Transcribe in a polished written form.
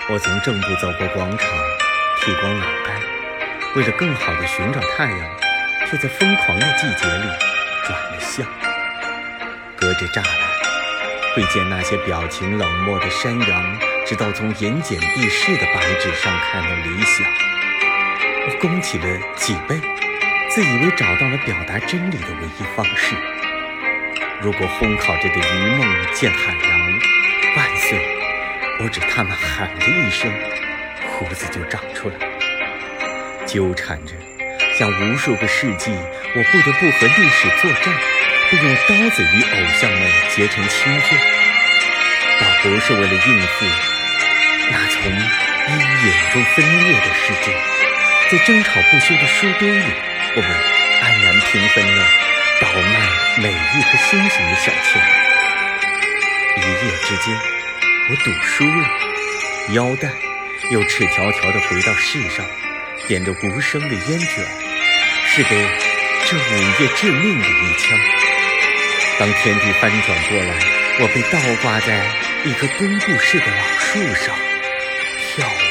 我从正步走过广场，剃光脑袋，为了更好地寻找太阳，却在疯狂的季节里转了向。隔着栅栏，会见那些表情冷漠的山羊，直到从盐碱地势的白纸上看到理想。我弓起了脊背，自以为找到了表达真理的唯一方式。如果烘烤着的渔梦见海洋，万岁！我只他们喊的一声，胡子就长出来。纠缠着，像无数个世纪，我不得不和历史作战，并用刀子与偶像们结成亲眷。倒不是为了应付那从阴影中分裂的世界，在争吵不休的书堆里，我们安然平分了倒卖美玉和星星的小钱。一夜之间，我赌输了，腰带又赤条条地回到世上，点着无声的烟卷，是给这午夜致命的一枪。当天地翻转过来，我被倒挂在一棵墩布式的老树上，跳